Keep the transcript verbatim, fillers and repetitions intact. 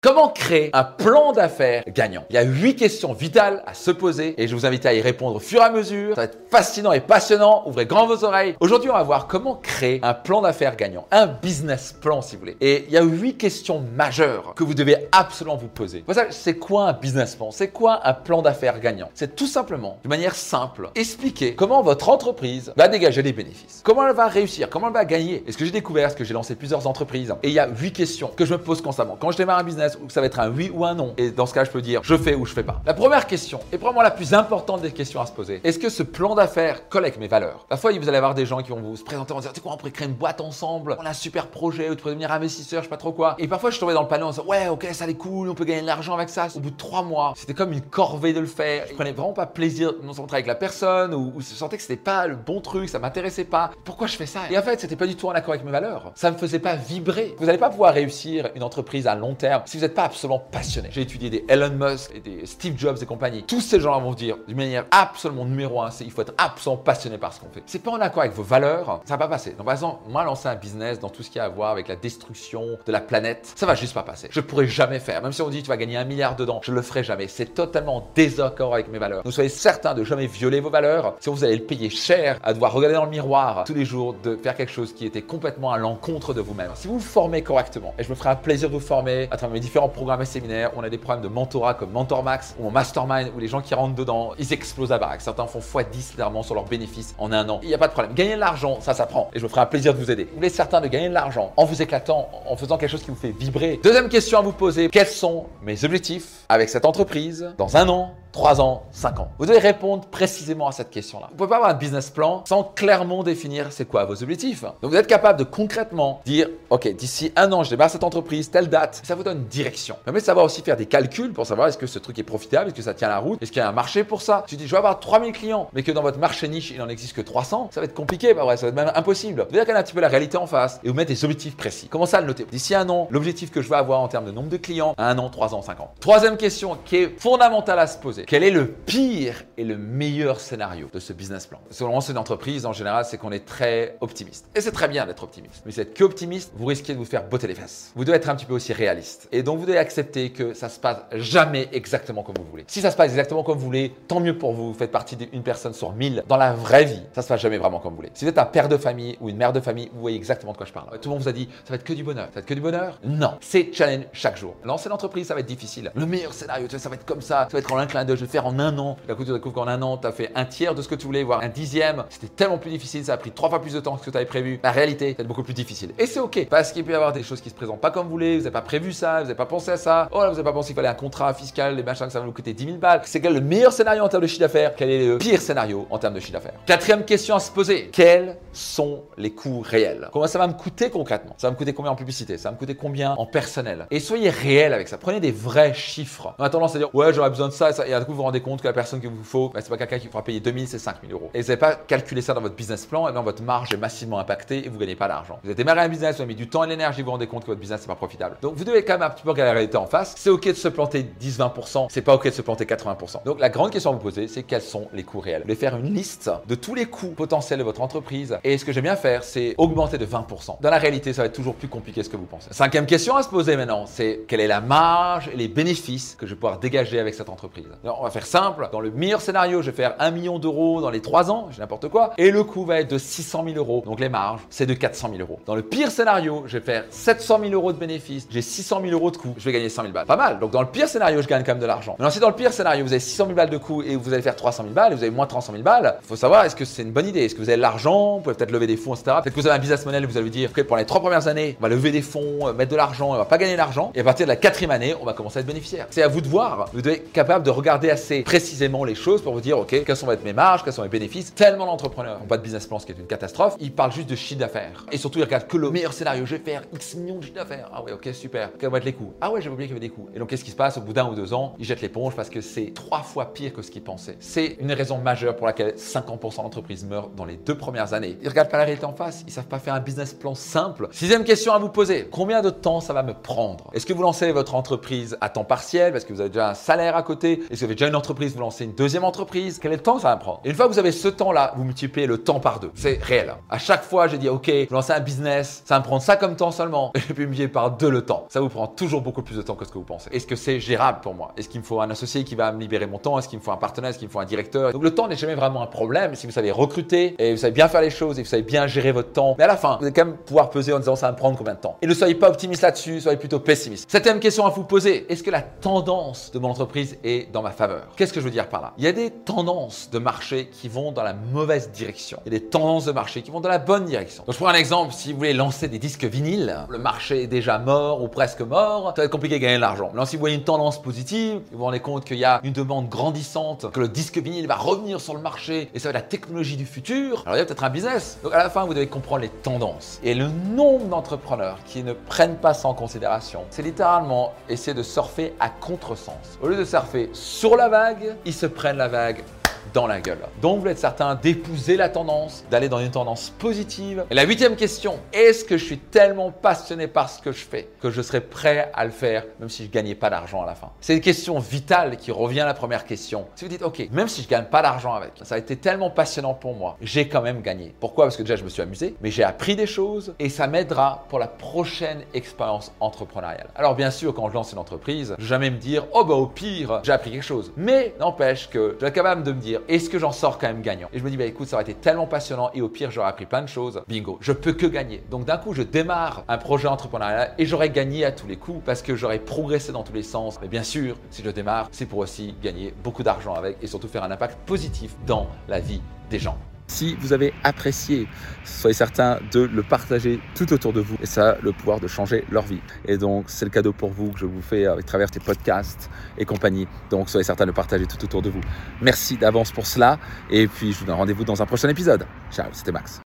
Comment créer un plan d'affaires gagnant? Il y a huit questions vitales à se poser et je vous invite à y répondre au fur et à mesure. Ça va être fascinant et passionnant. Ouvrez grand vos oreilles. Aujourd'hui, on va voir comment créer un plan d'affaires gagnant, un business plan si vous voulez. Et il y a huit questions majeures que vous devez absolument vous poser. Pour ça, c'est quoi un business plan? C'est quoi un plan d'affaires gagnant? C'est tout simplement, de manière simple, expliquer comment votre entreprise va dégager des bénéfices. Comment elle va réussir? Comment elle va gagner? Et ce que j'ai découvert, c'est que j'ai lancé plusieurs entreprises et il y a huit questions que je me pose constamment. Quand je démarre un business, ça va être un oui ou un non. Et dans ce cas, je peux dire je fais ou je fais pas. La première question est probablement la plus importante des questions à se poser. Est-ce que ce plan d'affaires colle avec mes valeurs? Parfois, vous allez avoir des gens qui vont vous se présenter en disant, tu sais quoi, on pourrait créer une boîte ensemble, on a un super projet, ou tu pourrais devenir investisseur, je sais pas trop quoi. Et parfois, je tombais dans le panneau en disant, ouais, ok, ça allait cool, on peut gagner de l'argent avec ça. Au bout de trois mois, c'était comme une corvée de le faire. Je prenais vraiment pas plaisir non seulement avec la personne, ou, ou je sentais que c'était pas le bon truc, ça m'intéressait pas. Pourquoi je fais ça? Et en fait, c'était pas du tout en accord avec mes valeurs. Ça me faisait pas vibrer. Vous n'allez pas pouvoir réussir une entreprise à long terme si vous n'êtes pas absolument passionné. J'ai étudié des Elon Musk et des Steve Jobs et compagnie. Tous ces gens-là vont vous dire d'une manière absolument numéro un, c'est il faut être absolument passionné par ce qu'on fait. C'est pas en accord avec vos valeurs, ça va pas passer. Donc par exemple, moi lancer un business dans tout ce qui a à voir avec la destruction de la planète, ça va juste pas passer. Je pourrais jamais faire. Même si on dit tu vas gagner un milliard dedans, je le ferai jamais. C'est totalement en désaccord avec mes valeurs. Donc soyez certain de jamais violer vos valeurs. Sinon vous allez le payer cher à devoir regarder dans le miroir tous les jours de faire quelque chose qui était complètement à l'encontre de vous-même. Si vous vous formez correctement, et je me ferai un plaisir de vous former à travers mes différents programmes et séminaires, on a des programmes de mentorat comme MentorMax ou mon Mastermind où les gens qui rentrent dedans, ils explosent la baraque. Certains font fois dix littéralement sur leurs bénéfices en un an. Il n'y a pas de problème. Gagner de l'argent, ça s'apprend. Et je me ferai un plaisir de vous aider. Vous voulez certain de gagner de l'argent en vous éclatant, en faisant quelque chose qui vous fait vibrer. Deuxième question à vous poser. Quels sont mes objectifs avec cette entreprise dans un an, trois ans, cinq ans? Vous devez répondre précisément à cette question-là. Vous ne pouvez pas avoir un business plan sans clairement définir c'est quoi vos objectifs. Donc vous êtes capable de concrètement dire, ok, d'ici un an, je démarre cette entreprise, telle date. Ça vous donne une direction. Ça permet de savoir aussi faire des calculs pour savoir est-ce que ce truc est profitable, est-ce que ça tient la route, est-ce qu'il y a un marché pour ça. Si tu dis je vais avoir trois mille clients, mais que dans votre marché niche, il n'en existe que trois cents, ça va être compliqué, bah ouais, ça va être même impossible. Vous devez regarder un petit peu la réalité en face et vous mettre des objectifs précis. Commencez à le noter. D'ici un an, l'objectif que je veux avoir en termes de nombre de clients, un an, trois ans, cinq ans. Troisième question qui est fondamentale à se poser. Quel est le pire et le meilleur scénario de ce business plan? Si on lance une entreprise, en général, c'est qu'on est très optimiste. Et c'est très bien d'être optimiste. Mais si vous êtes qu'optimiste, vous risquez de vous faire botter les fesses. Vous devez être un petit peu aussi réaliste. Et donc, vous devez accepter que ça se passe jamais exactement comme vous voulez. Si ça se passe exactement comme vous voulez, tant mieux pour vous. Vous faites partie d'une personne sur mille. Dans la vraie vie, ça se passe jamais vraiment comme vous voulez. Si vous êtes un père de famille ou une mère de famille, vous voyez exactement de quoi je parle. Tout le monde vous a dit, ça va être que du bonheur. Ça va être que du bonheur? Non. C'est challenge chaque jour. Lancer l'entreprise, ça va être difficile. Le meilleur scénario, ça va être comme ça. Ça va être en un clin d'œil. Je vais le faire en un an. D'un coup, tu découvres qu'en un an, tu as fait un tiers de ce que tu voulais, voire un dixième. C'était tellement plus difficile. Ça a pris trois fois plus de temps que ce que tu avais prévu. La réalité, c'est beaucoup plus difficile. Et c'est OK. Parce qu'il peut y avoir des choses qui se présentent pas comme vous voulez. Vous n'avez pas prévu ça. Vous n'avez pas pensé à ça. Oh là, vous n'avez pas pensé qu'il fallait un contrat fiscal, les machins, que ça va vous coûter dix mille balles. C'est quel le meilleur scénario en termes de chiffre d'affaires? Quel est le pire scénario en termes de chiffre d'affaires? Quatrième question à se poser. Quels sont les coûts réels? Comment ça va me coûter concrètement? Ça va me coûter combien en publicité? Ça va me coûter combien en personnel? Et soyez réel avec ça. Prenez des vrais chiffres. On a tendance à dire, ouais, j'aurais besoin de ça et ça. Et à coup, vous vous rendez compte que la personne qu'il vous faut, bah, c'est pas quelqu'un qui fera payer deux mille, c'est cinq mille euros. Et vous n'avez pas calculé ça dans votre business plan, et bien votre marge est massivement impactée et vous gagnez pas d'argent. Vous avez démarré un business, vous avez mis du temps et de l'énergie, vous vous rendez compte que votre business n'est pas profitable. Donc vous devez quand même un petit peu regarder la réalité en face. C'est OK de se planter dix à vingt pour cent, c'est pas OK de se planter quatre-vingts pour cent. Donc la grande question à vous poser, c'est quels sont les coûts réels? Vous devez faire une liste de tous les coûts potentiels de votre entreprise. Et ce que j'aime bien faire, c'est augmenter de vingt pour cent. Dans la réalité, ça va être toujours plus compliqué que ce que vous pensez. Cinquième question à se poser maintenant, c'est quelle est la marge et les bénéfices que je vais pouvoir dégager avec cette entreprise? Alors, on va faire simple. Dans le meilleur scénario, je vais faire un million d'euros dans les trois ans, j'ai n'importe quoi, et le coût va être de six cent mille euros. Donc les marges, c'est de quatre cent mille euros. Dans le pire scénario, je vais faire sept cent mille euros de bénéfices, j'ai six cent mille euros de coût, je vais gagner cent mille balles. Pas mal. Donc dans le pire scénario, je gagne quand même de l'argent. Mais si dans le pire scénario, vous avez six cent mille balles de coût et vous allez faire trois cent mille balles et vous avez moins trois cent mille balles, il faut savoir est-ce que c'est une bonne idée? Est-ce que vous avez l'argent? Vous pouvez peut-être lever des fonds, et cetera. Peut-être que vous avez un business model où vous allez dire, ok, pour les trois premières années, on va lever des fonds, mettre de l'argent, on va pas gagner l'argent. Et à partir de la quatrième année, on va commencer à être bénéficiaire. C'est à vous de voir. Vous devez être capable de regarder assez précisément les choses pour vous dire, ok, quelles sont mes marges, quels sont mes bénéfices. Tellement d'entrepreneurs n'ont pas de business plan, ce qui est une catastrophe. Ils parlent juste de chiffre d'affaires. Et surtout, ils regardent que le meilleur scénario. Je vais faire X millions de chiffre d'affaires. Ah ouais, ok, super. Quels vont être les coûts? Ah ouais, j'avais oublié qu'il y avait des coûts. Et donc, qu'est-ce qui se passe au bout d'un ou deux ans? Ils jettent l'éponge parce que c'est trois fois pire que ce qu'ils pensaient. C'est une raison majeure pour laquelle cinquante pour cent d'entreprises meurent dans les deux premières années. Ils regardent pas la réalité en face. Ils savent pas faire un business plan simple. Sixième question à vous poser. Combien de temps ça va me prendre? Est-ce que vous lancez votre entreprise à temps partiel parce que vous avez déjà un salaire à côté? Est-ce que vous avez déjà une entreprise, vous lancez une deuxième entreprise, quel est le temps que ça va prendre? Et une fois que vous avez ce temps-là, vous multipliez le temps par deux. C'est réel. À chaque fois, j'ai dit, OK, vous lancez un business, ça va me prendre ça comme temps seulement. Et puis multiplier par deux le temps. Ça vous prend toujours beaucoup plus de temps que ce que vous pensez. Est-ce que c'est gérable pour moi? Est-ce qu'il me faut un associé qui va me libérer mon temps? Est-ce qu'il me faut un partenaire? Est-ce qu'il me faut un directeur? Donc le temps n'est jamais vraiment un problème si vous savez recruter et vous savez bien faire les choses et vous savez bien gérer votre temps. Mais à la fin, vous allez quand même pouvoir peser en disant ça va me prendre combien de temps? Et ne soyez pas optimiste là-dessus, soyez plutôt pessimiste. Septième question à vous poser, est-ce que la tendance de mon entreprise est dans ma faveur? Qu'est-ce que je veux dire par là? Il y a des tendances de marché qui vont dans la mauvaise direction. Il y a des tendances de marché qui vont dans la bonne direction. Donc je prends un exemple, si vous voulez lancer des disques vinyles, le marché est déjà mort ou presque mort, ça va être compliqué de gagner de l'argent. Mais si vous voyez une tendance positive, vous vous rendez compte qu'il y a une demande grandissante, que le disque vinyle va revenir sur le marché et ça va être la technologie du futur, alors il y a peut-être un business. Donc à la fin, vous devez comprendre les tendances. Et le nombre d'entrepreneurs qui ne prennent pas ça en considération, c'est littéralement essayer de surfer à contresens. Au lieu de surfer sur la vague, ils se prennent la vague dans la gueule. Donc, vous voulez être certain d'épouser la tendance, d'aller dans une tendance positive. Et la huitième question, est-ce que je suis tellement passionné par ce que je fais que je serais prêt à le faire même si je ne gagnais pas d'argent à la fin? C'est une question vitale qui revient à la première question. Si vous dites, OK, même si je ne gagne pas d'argent avec, ça a été tellement passionnant pour moi, j'ai quand même gagné. Pourquoi? Parce que déjà, je me suis amusé, mais j'ai appris des choses et ça m'aidera pour la prochaine expérience entrepreneuriale. Alors, bien sûr, quand je lance une entreprise, je ne vais jamais me dire, oh bah au pire, j'ai appris quelque chose. Mais n'empêche que je suis capable de me dire, est-ce que j'en sors quand même gagnant? Et je me dis, bah écoute, ça aurait été tellement passionnant et au pire, j'aurais appris plein de choses. Bingo, je peux que gagner. Donc d'un coup, je démarre un projet entrepreneurial et j'aurais gagné à tous les coups parce que j'aurais progressé dans tous les sens. Mais bien sûr, si je démarre, c'est pour aussi gagner beaucoup d'argent avec et surtout faire un impact positif dans la vie des gens. Si vous avez apprécié, soyez certain de le partager tout autour de vous et ça a le pouvoir de changer leur vie. Et donc, c'est le cadeau pour vous que je vous fais avec travers ces podcasts et compagnie. Donc, soyez certain de le partager tout autour de vous. Merci d'avance pour cela et puis je vous donne rendez-vous dans un prochain épisode. Ciao, c'était Max.